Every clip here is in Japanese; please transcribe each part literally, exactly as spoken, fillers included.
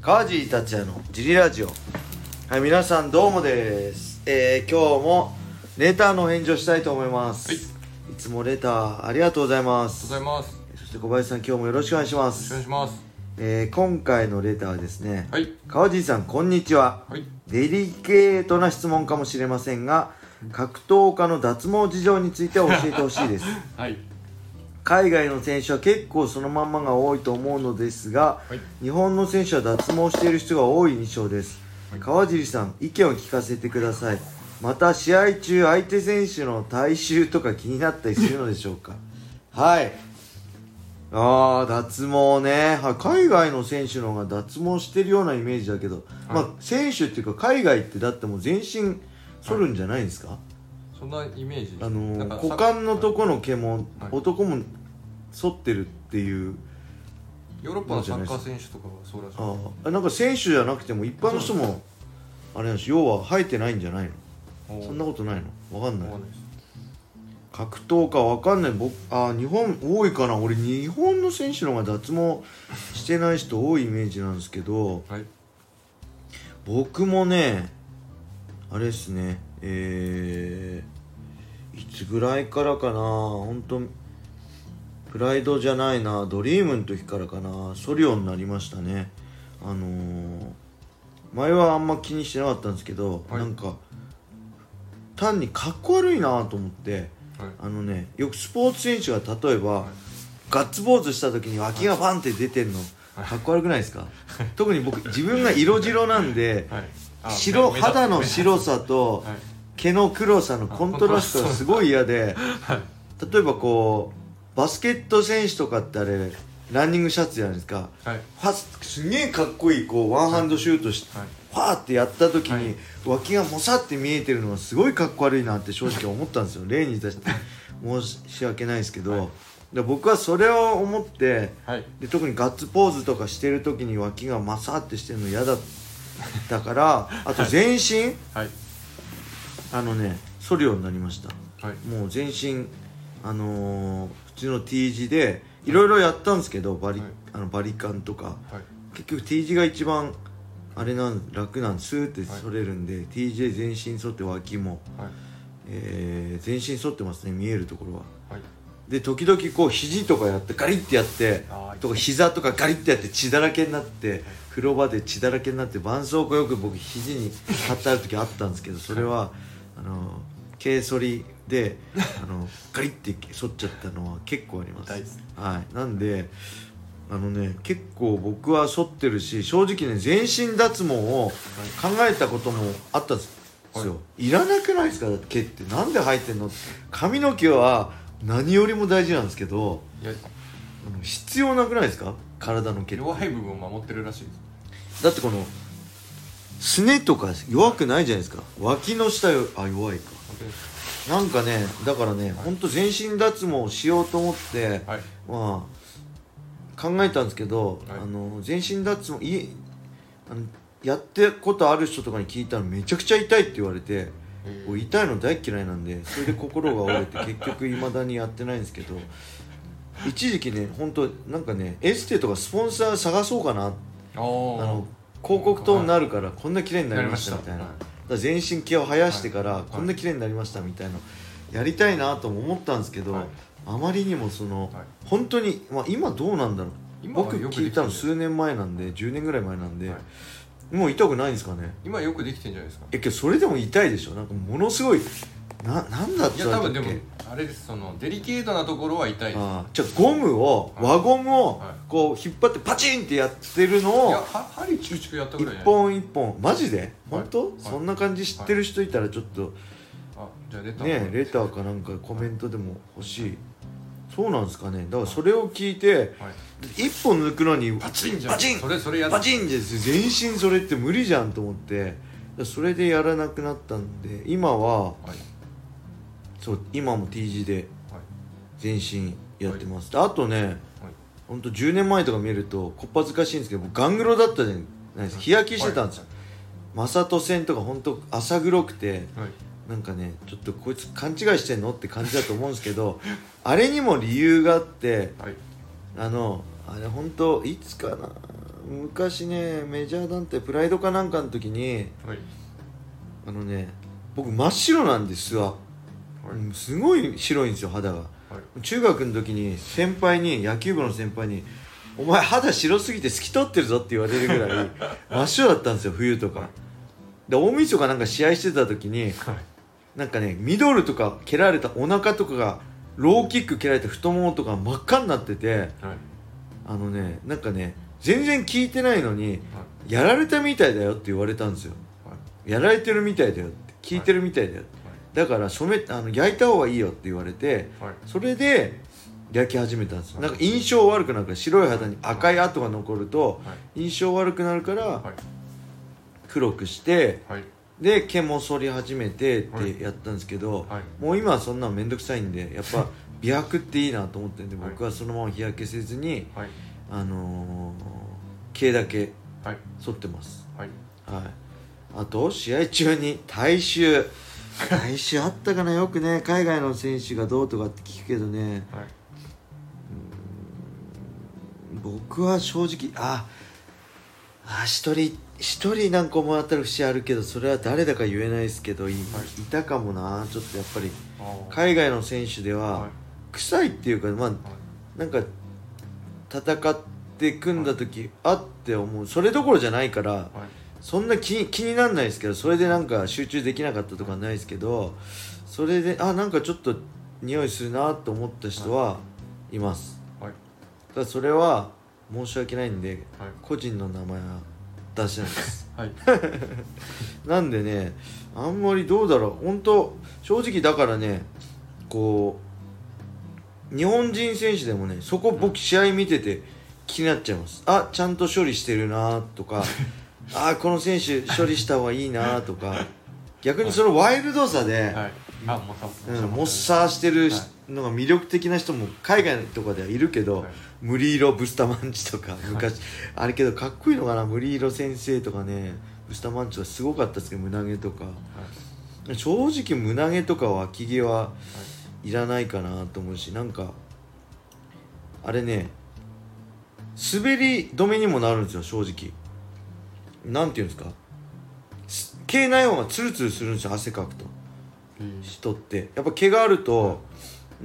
川尻達也のジリラジオ。はい、皆さんどうもです。えー、今日もレターの返事をしたいと思います。はい、いつもレターありがとうございます。 ありがとうございます。 そして小林さん、今日もよろしくお願いします。 よろしくお願いします。 えー、今回のレターはですね、 はい、 川尻さんこんにちは、はい、デリケートな質問かもしれませんが、格闘家の脱毛事情について教えてほしいです。はい、海外の選手は結構そのまんまが多いと思うのですが、はい、日本の選手は脱毛している人が多い印象です。はい、川尻さん、意見を聞かせてください。また試合中相手選手の体臭とか気になったりするのでしょうか。はい、あー、脱毛ね、はい、海外の選手の方が脱毛してるようなイメージだけど、はい、まあ選手っていうか海外ってだってもう全身剃るんじゃないんですか。はい、 そんなイメージ。 あのー、股間のとこの毛も、はい、男も剃ってるっていう。 ヨーロッパのサッカー選手とかはそうらしい。ああ、なんか選手じゃなくても一般の人もあれなんです。要は生えてないんじゃないの。そんなことないの。わかんない。格闘家わかんない。僕、あ、日本多いかな。俺日本の選手の方が脱毛してない人多いイメージなんですけど、はい、僕もねあれですね、えー、いつぐらいからかな、本当プライドじゃないな、ドリームの時からかな、剃るようになりましたね。あのー、前はあんま気にしてなかったんですけど、はい、なんか単にかっこ悪いなと思って、はい、あのね、よくスポーツ選手が例えば、はい、ガッツポーズした時に脇がバンって出てるの、はい、かっこ悪くないですか。はい、特に僕自分が色白なんで、はい、白肌の白さと毛の黒さのコントラストがすごい嫌で、例えばこうバスケット選手とかってあれランニングシャツじゃないですか、はい、ファすげえかっこいいこうワンハンドシュートして、はい、ファーってやった時に、はい、脇がもさって見えてるのがすごいかっこ悪いなって正直思ったんですよ。例に出して申し訳ないですけど、はい、で僕はそれを思って、はい、で特にガッツポーズとかしてる時に脇がまさってしてるの嫌だったからあと全身、はい、あのね剃るようになりました。はい、もう全身あのー、普通の T 字でいろいろやったんですけど、バリ、はい、あのバリカンとか、はい、結局 T 字が一番あれなん楽なんスーって剃れるんで、はい、T 字で全身剃って脇も、はい、えー、全身剃ってますね、見えるところは。はい、で時々こう肘とかやってガリッてやってとか膝とかガリッてやって血だらけになって、はい、風呂場で血だらけになって絆創膏よく僕肘に貼ってある時あったんですけど、それは、はい、あの毛剃りであのガリッて剃っちゃったのは結構あります。はい、なんであのね結構僕は剃ってるし、正直ね全身脱毛を考えたこともあったんですよ。はい、いらなくないですか、毛ってなんで生えてんのって。髪の毛は何よりも大事なんですけど、いや必要なくないですか、体の毛って。 弱い部分を守ってるらしいです。 だってこのすねとか弱くないじゃないですか。脇の下よ、あ、弱いか。なんかね、だからね、はい、ほんと全身脱毛しようと思って、はい、まあ考えたんですけど、はい、あの全身脱毛いあのやってことある人とかに聞いたらめちゃくちゃ痛いって言われて、痛いの大嫌いなんで、それで心が折れて結局未だにやってないんですけど、一時期ね、ほんとなんかね、エステとかスポンサー探そうかな、あの広告塔になるからこんな綺麗になりましたみたいな、はい、だから全身毛を生やしてからこんな綺麗になりましたみたいなやりたいなとも思ったんですけど、はい、あまりにもその、はい、本当に、まあ、今どうなんだろう、僕聞いたの数年前なんでじゅうねんぐらい前なんで、はい、もう痛くないんですかね。 今よくできてんじゃないですか。 えけどそれでも痛いでしょ。なんかものすごいな、なんだって言われたっけ。いや多分でもあれです、そのデリケートなところは痛いです。あ、 じゃあゴムを、はい、輪ゴムをこう引っ張ってパチンってやってるのを、いや針チクチクやったぐらい一本一本マジで、はい、本当、はい、そんな感じ知ってる人いたらちょっと、はい、 あ、じゃあレターね、レターかなんかコメントでも欲しい、はい、そうなんですかね。だからそれを聞いて、はい、一本抜くのにパチンじゃん、 パチンそれそれやパチンです全身それって無理じゃんと思って、それでやらなくなったんで今は、はい、そう今も T 字で全身やってます、はい、あとね、はい、ほんとじゅうねんまえとか見るとこっぱずかしいんですけどガングロだったじゃないですか。日焼けしてたんですよ、はい、マサト線とかほんと浅黒くて、はい、なんかねちょっとこいつ勘違いしてんのって感じだと思うんですけどあれにも理由があって、はい、あのあれほんといつかな昔ねメジャー団体プライドかなんかの時に、 はい、 あのね僕真っ白なんですわ、はい、すごい白いんですよ肌が、はい、中学の時に先輩に野球部の先輩にお前肌白すぎて透き通ってるぞって言われるぐらい真っ白だったんですよ冬とか、はい、で大晦日なんか試合してた時に、はい、なんかねミドルとか蹴られたお腹とかがローキック蹴られて太ももとか真っ赤になってて、はい、あのねなんかね全然効いてないのに、はい、やられたみたいだよって言われたんですよ、はい、やられてるみたいだよって効いてるみたいだよって、はい、だから染めあの焼いた方がいいよって言われて、はい、それで焼き始めたんですよ、はい、なんか印象悪くなるから白い肌に赤い跡が残ると印象悪くなるから黒くして、はい、で毛も剃り始めてってやったんですけど、はい、もう今はそんなのめんどくさいんでやっぱ美白っていいなと思ってるんで僕はそのまま日焼けせずに、はい、あのー、毛だけ剃ってます、はいはい、あと試合中に体臭体臭あったかなよくね海外の選手がどうとかって聞くけどね、はい、僕は正直ああ一人一人なんか思ったら節あるけどそれは誰だか言えないですけど い,、はい、いたかもなちょっとやっぱり海外の選手では臭いっていうかまあなんか戦って組んだ時、はい、あって思うそれどころじゃないから、はい、そんな 気, 気にならないですけどそれでなんか集中できなかったとかはないですけどそれであなんかちょっと匂いするなと思った人はいます、はい、ただそれは申し訳ないんで、はい、個人の名前は出せないです、はい、なんでねあんまりどうだろう本当正直だからねこう日本人選手でもねそこ僕試合見てて気になっちゃいますあちゃんと処理してるなとかあこの選手処理した方がいいなとか逆にそのワイルドさで、はいあもっさーしてるのが魅力的な人も海外とかではいるけど、はい、無理色ブスタマンチとか昔、はい、あれけどかっこいいのかな無理色先生とかねブスタマンチはすごかったですけど胸毛とか、はい、正直胸毛とか脇毛はいらないかなと思うしなんかあれね滑り止めにもなるんですよ正直なんていうんですか毛ない方がツルツルするんですよ汗かくと人ってやっぱ毛があると、はい、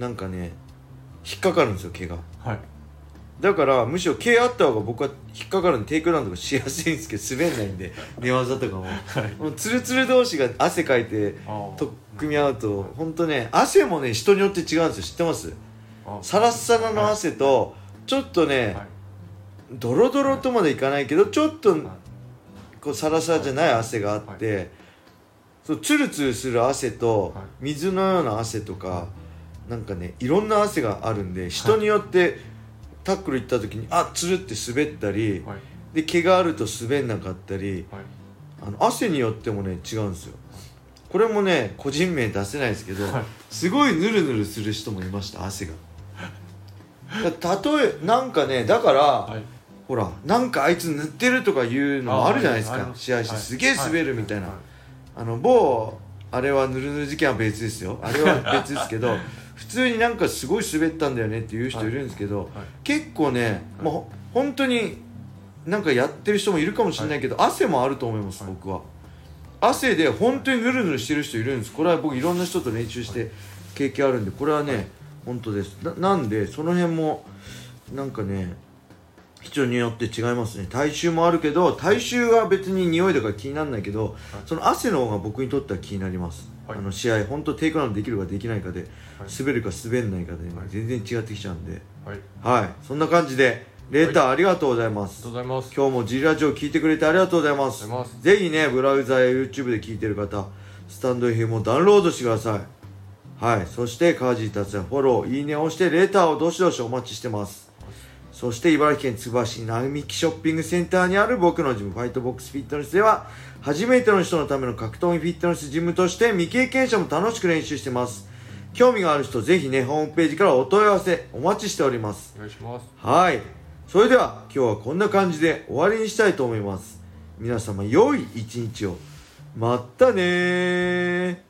なんかね引っかかるんですよ毛が、はい、だからむしろ毛あった方が僕は引っかかるんでテイクダウンとかしやすいんですけど滑んないんで寝技とかも、はい、もうツルツル同士が汗かいてと組み合うと本当ね汗もね人によって違うんですよ知ってますサラッサラの汗とちょっとね、はい、ドロドロとまでいかないけどちょっとこうサラサラじゃない汗があって、はいそうツルツルする汗と水のような汗とかなんかねいろんな汗があるんで人によってタックル行った時にあツルって滑ったりで毛があると滑んなかったりあの汗によってもね違うんですよこれもね個人名出せないですけどすごいヌルヌルする人もいました汗がたとえなんかねだから、はい、ほらなんかあいつ塗ってるとかいうのもあるじゃないですか、はい、試合してすげえ滑るみたいな、はいはいあの某あれはぬるぬる事件は別ですよあれは別ですけど普通になんかすごい滑ったんだよねっていう人いるんですけど、はいはい、結構ね、はい、もう本当になんかやってる人もいるかもしれないけど、はい、汗もあると思います、はい、僕は汗で本当にぬるぬるしてる人いるんですこれは僕いろんな人と練習して経験あるんでこれはね、はい、本当です な, なんでその辺もなんかね人によって違いますね体臭もあるけど体臭は別に匂いだから気にならないけど、はい、その汗の方が僕にとっては気になります、はい、あの試合本当テイクダウンできるかできないかで、はい、滑るか滑んないかで、ねはい、全然違ってきちゃうんではい、はい、そんな感じでレーター、はい、ありがとうございます。 ありがとうございます。 今日も G ラジオ聞いてくれてありがとうございます。ますぜひねブラウザや YouTube で聞いてる方スタンド エフエム をダウンロードしてください。はいそして川尻達也フォローいいねを押してレーターをどしどしお待ちしてます。そして茨城県つくば市並木ショッピングセンターにある僕のジムファイトボックスフィットネスでは初めての人のための格闘技フィットネスジムとして未経験者も楽しく練習してます。興味がある人ぜひねホームページからお問い合わせお待ちしております。 お願いします。 はいそれでは今日はこんな感じで終わりにしたいと思います。皆様良い一日をまたねー。